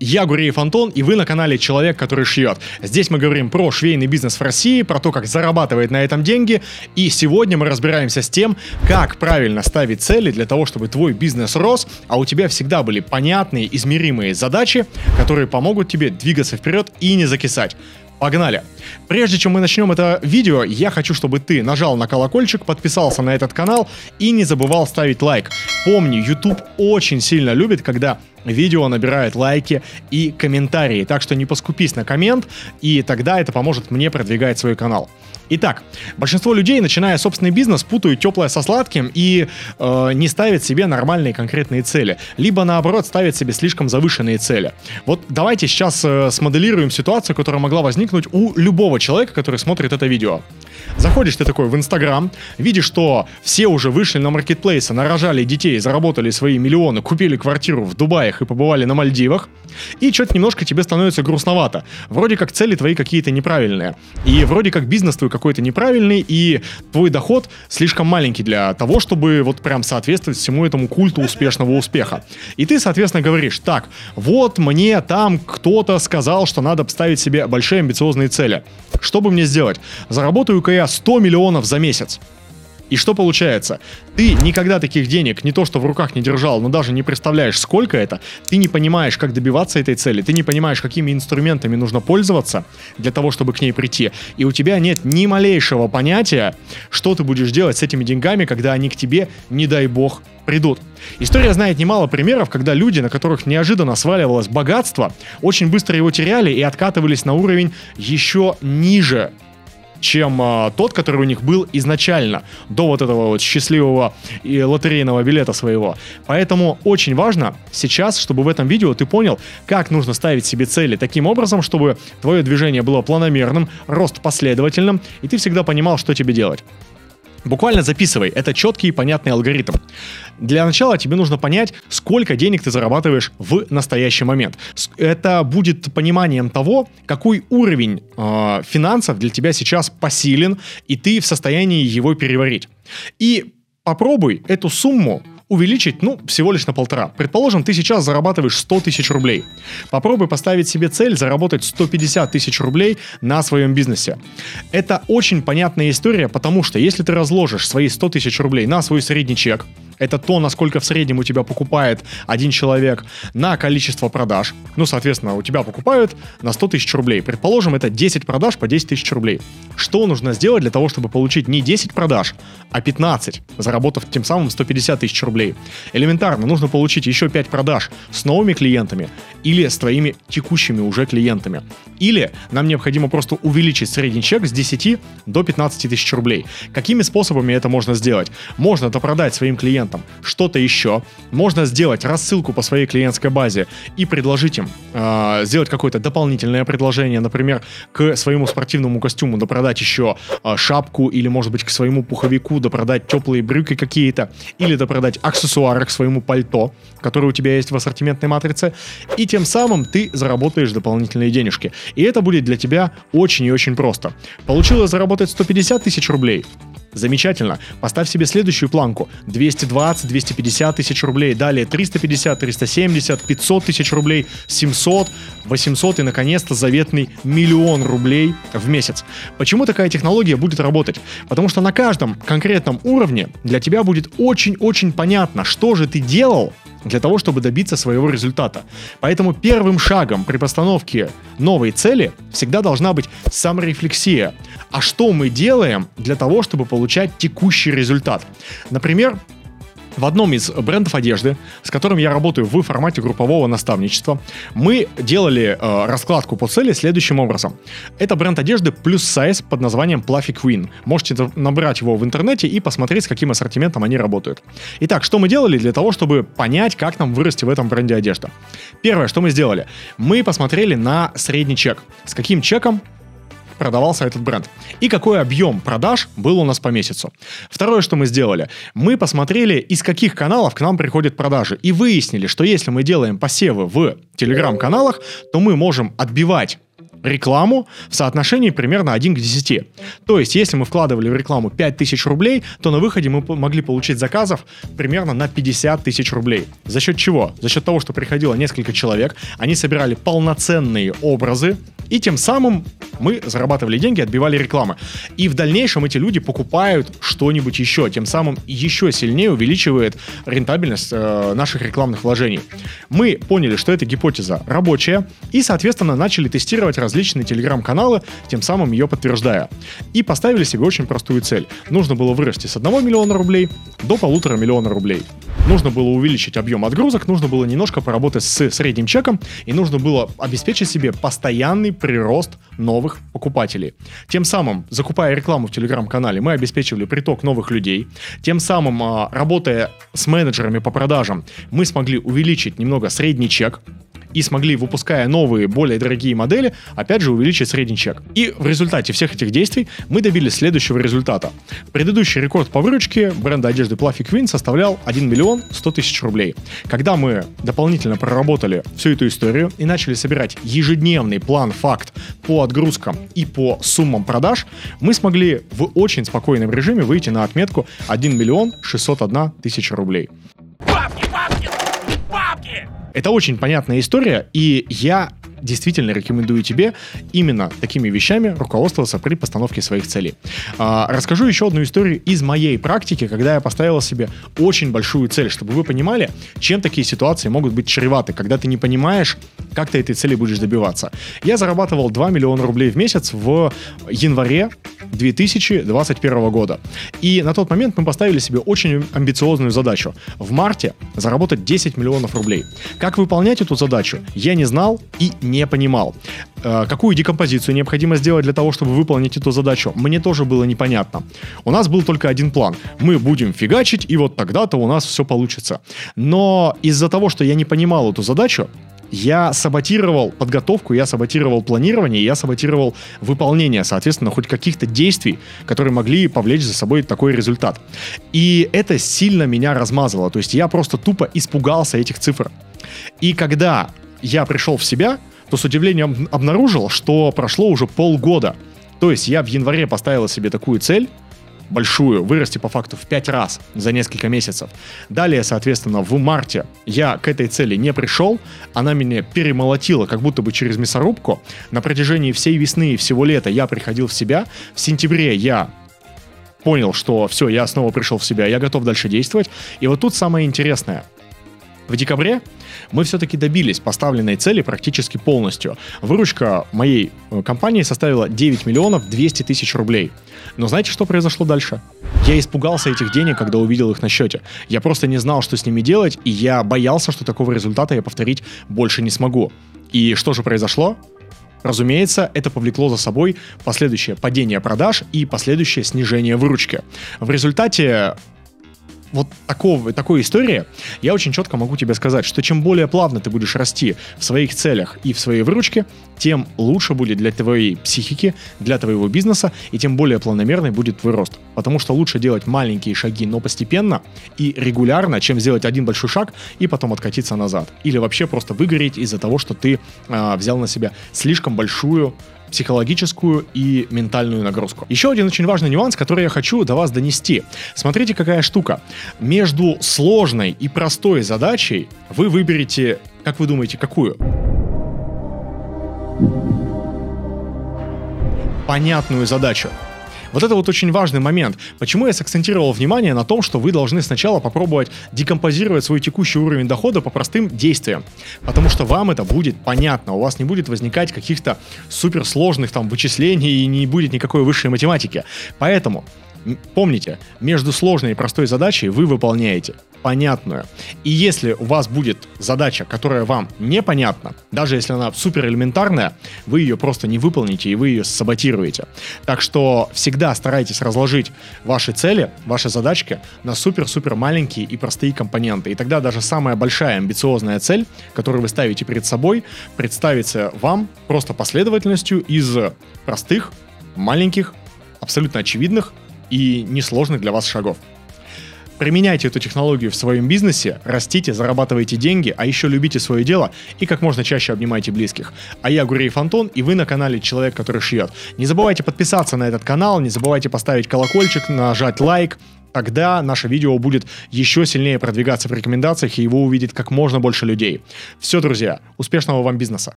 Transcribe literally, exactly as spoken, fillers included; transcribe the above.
Я Гуреев Антон, и вы на канале «Человек, который шьет». Здесь мы говорим про швейный бизнес в России, про то, как зарабатывать на этом деньги. И сегодня мы разбираемся с тем, как правильно ставить цели для того, чтобы твой бизнес рос, а у тебя всегда были понятные, измеримые задачи, которые помогут тебе двигаться вперед и не закисать. Погнали! Прежде чем мы начнем это видео, я хочу, чтобы ты нажал на колокольчик, подписался на этот канал и не забывал ставить лайк. Помни, YouTube очень сильно любит, когда видео набирает лайки и комментарии, так что не поскупись на коммент, и тогда это поможет мне продвигать свой канал. Итак, большинство людей, начиная собственный бизнес, путают теплое со сладким и э, не ставят себе нормальные конкретные цели, либо наоборот ставят себе слишком завышенные цели. Вот давайте сейчас э, смоделируем ситуацию, которая могла возникнуть у любого человека, который смотрит это видео. Заходишь ты такой в Инстаграм, видишь, что все уже вышли на маркетплейсы, нарожали детей, заработали свои миллионы, купили квартиру в Дубаях и побывали на Мальдивах, и что-то немножко тебе становится грустновато. Вроде как цели твои какие-то неправильные, и вроде как бизнес твой какой-то неправильный, и твой доход слишком маленький для того, чтобы вот прям соответствовать всему этому культу успешного успеха. И ты, соответственно, говоришь: так, вот мне там кто-то сказал, что надо ставить себе большие амбициозные цели. Что бы мне сделать? Заработаю-ка я сто миллионов за месяц. И что получается? Ты никогда таких денег не то что в руках не держал, но даже не представляешь, сколько это. Ты не понимаешь, как добиваться этой цели. Ты не понимаешь, какими инструментами нужно пользоваться для того, чтобы к ней прийти. И у тебя нет ни малейшего понятия, что ты будешь делать с этими деньгами, когда они к тебе, не дай бог, придут. История знает немало примеров, когда люди, на которых неожиданно сваливалось богатство, очень быстро его теряли и откатывались на уровень еще ниже, чем а, тот, который у них был изначально, до вот этого вот счастливого и лотерейного билета своего. Поэтому очень важно сейчас, чтобы в этом видео ты понял, как нужно ставить себе цели таким образом, чтобы твое движение было планомерным, рост последовательным, и ты всегда понимал, что тебе делать. Буквально записывай, это четкий и понятный алгоритм. Для начала тебе нужно понять, сколько денег ты зарабатываешь в настоящий момент. Это будет пониманием того, какой уровень э, финансов для тебя сейчас посилен, и ты в состоянии его переварить. И попробуй эту сумму увеличить, ну, всего лишь на полтора. Предположим, ты сейчас зарабатываешь сто тысяч рублей. Попробуй поставить себе цель заработать сто пятьдесят тысяч рублей на своем бизнесе. Это очень понятная история, потому что если ты разложишь свои сто тысяч рублей на свой средний чек, это то, насколько в среднем у тебя покупает один человек, на количество продаж. Ну, соответственно, у тебя покупают на сто тысяч рублей. Предположим, это десять продаж по десять тысяч рублей. Что нужно сделать для того, чтобы получить не десять продаж, а пятнадцать, заработав тем самым сто пятьдесят тысяч рублей? Элементарно, нужно получить еще пять продаж с новыми клиентами или с твоими текущими уже клиентами. Или нам необходимо просто увеличить средний чек с десяти до пятнадцати тысяч рублей. Какими способами это можно сделать? Можно допродать своим клиентам что-то еще. Можно сделать рассылку по своей клиентской базе и предложить им э, сделать какое-то дополнительное предложение, например, к своему спортивному костюму допродать еще э, шапку, или, может быть, к своему пуховику допродать теплые брюки какие-то, или допродать аксессуары к своему пальто, которое у тебя есть в ассортиментной матрице, и тем самым ты заработаешь дополнительные денежки. И это будет для тебя очень и очень просто. Получилось заработать сто пятьдесят тысяч рублей? Замечательно. Поставь себе следующую планку. двести двадцать - двести пятьдесят тысяч рублей. Далее триста пятьдесят - триста семьдесят, пятьсот тысяч рублей, семьсот, восемьсот и, наконец-то, заветный миллион рублей в месяц. Почему такая технология будет работать? Потому что на каждом конкретном уровне для тебя будет очень-очень понятно, что же ты делал для того, чтобы добиться своего результата. Поэтому первым шагом при постановке новой цели всегда должна быть саморефлексия. А что мы делаем для того, чтобы получать текущий результат? Например, в одном из брендов одежды, с которым я работаю в формате группового наставничества, мы делали э, раскладку по цели следующим образом. Это бренд одежды плюс сайз под названием Fluffy Queen. Можете набрать его в интернете и посмотреть, с каким ассортиментом они работают. Итак, что мы делали для того, чтобы понять, как нам вырасти в этом бренде одежды? Первое, что мы сделали, мы посмотрели на средний чек. С каким чеком продавался этот бренд и какой объем продаж был у нас по месяцу. Второе, что мы сделали, мы посмотрели, из каких каналов к нам приходят продажи, и выяснили, что если мы делаем посевы в телеграм-каналах, то мы можем отбивать рекламу в соотношении примерно один к десяти. То есть, если мы вкладывали в рекламу пять тысяч рублей, то на выходе мы могли получить заказов примерно на пятьдесят тысяч рублей. За счет чего? За счет того, что приходило несколько человек, они собирали полноценные образы, и тем самым мы зарабатывали деньги, отбивали рекламы. И в дальнейшем эти люди покупают что-нибудь еще, тем самым еще сильнее увеличивает рентабельность э, наших рекламных вложений. Мы поняли, что эта гипотеза рабочая, и, соответственно, начали тестировать различные телеграм-каналы, тем самым ее подтверждая. И поставили себе очень простую цель. Нужно было вырасти с одного миллиона рублей до полутора миллиона рублей. Нужно было увеличить объем отгрузок, нужно было немножко поработать с средним чеком, и нужно было обеспечить себе постоянный прирост новых покупателей. Тем самым, закупая рекламу в телеграм-канале, мы обеспечивали приток новых людей. Тем самым, работая с менеджерами по продажам, мы смогли увеличить немного средний чек и смогли, выпуская новые, более дорогие модели, опять же увеличить средний чек. И в результате всех этих действий мы добились следующего результата. Предыдущий рекорд по выручке бренда одежды Fluffy Queen составлял один миллион сто тысяч рублей. Когда мы дополнительно проработали всю эту историю и начали собирать ежедневный план-факт по отгрузкам и по суммам продаж, мы смогли в очень спокойном режиме выйти на отметку один миллион шестьсот одна тысяча рублей. Бабки, бабки, бабки! Это очень понятная история, и я действительно рекомендую тебе именно такими вещами руководствоваться при постановке своих целей. А, расскажу еще одну историю из моей практики, когда я поставил себе очень большую цель, чтобы вы понимали, чем такие ситуации могут быть чреваты, когда ты не понимаешь, как ты этой цели будешь добиваться. Я зарабатывал два миллиона рублей в месяц в январе две тысячи двадцать первого года. И на тот момент мы поставили себе очень амбициозную задачу. В марте заработать десять миллионов рублей. Как выполнять эту задачу, я не знал и не понимал. Э, какую декомпозицию необходимо сделать для того, чтобы выполнить эту задачу, мне тоже было непонятно. У нас был только один план. Мы будем фигачить, и вот тогда-то у нас все получится. Но из-за того, что я не понимал эту задачу, я саботировал подготовку, я саботировал планирование, я саботировал выполнение, соответственно, хоть каких-то действий, которые могли повлечь за собой такой результат. И это сильно меня размазывало. То есть я просто тупо испугался этих цифр. И когда я пришел в себя, то с удивлением обнаружил, что прошло уже полгода. То есть я в январе поставил себе такую цель, большую, вырасти по факту в пять раз за несколько месяцев. Далее, соответственно, в марте я к этой цели не пришел, она меня перемолотила, как будто бы через мясорубку. На протяжении всей весны и всего лета я приходил в себя. В сентябре я понял, что все, я снова пришел в себя, я готов дальше действовать. И вот тут самое интересное. В декабре мы все-таки добились поставленной цели практически полностью. Выручка моей компании составила девять миллионов двести тысяч рублей. Но знаете, что произошло дальше? Я испугался этих денег, когда увидел их на счете. Я просто не знал, что с ними делать, и я боялся, что такого результата я повторить больше не смогу. И что же произошло? Разумеется, это повлекло за собой последующее падение продаж и последующее снижение выручки. В результате вот такого, такой истории я очень четко могу тебе сказать, что чем более плавно ты будешь расти в своих целях и в своей выручке, тем лучше будет для твоей психики, для твоего бизнеса, и тем более планомерный будет твой рост. Потому что лучше делать маленькие шаги, но постепенно и регулярно, чем сделать один большой шаг и потом откатиться назад. Или вообще просто выгореть из-за того, что ты э, взял на себя слишком большую психологическую и ментальную нагрузку. Еще один очень важный нюанс, который я хочу до вас донести. Смотрите, какая штука. Между сложной и простой задачей вы выберете, как вы думаете, какую? Понятную задачу. Вот это вот очень важный момент. Почему я сакцентировал внимание на том, что вы должны сначала попробовать декомпозировать свой текущий уровень дохода по простым действиям. Потому что вам это будет понятно. У вас не будет возникать каких-то суперсложных там вычислений и не будет никакой высшей математики. Поэтому помните, между сложной и простой задачей вы выполняете понятную. И если у вас будет задача, которая вам непонятна, даже если она супер элементарная, вы ее просто не выполните и вы ее саботируете. Так что всегда старайтесь разложить ваши цели, ваши задачки на супер-супер маленькие и простые компоненты. И тогда даже самая большая амбициозная цель, которую вы ставите перед собой, представится вам просто последовательностью из простых, маленьких, абсолютно очевидных и несложных для вас шагов. Применяйте эту технологию в своем бизнесе, растите, зарабатывайте деньги, а еще любите свое дело и как можно чаще обнимайте близких. А я Гуреев Антон, и вы на канале «Человек, который шьет». Не забывайте подписаться на этот канал, не забывайте поставить колокольчик, нажать лайк. Тогда наше видео будет еще сильнее продвигаться в рекомендациях, и его увидит как можно больше людей. Все, друзья, успешного вам бизнеса!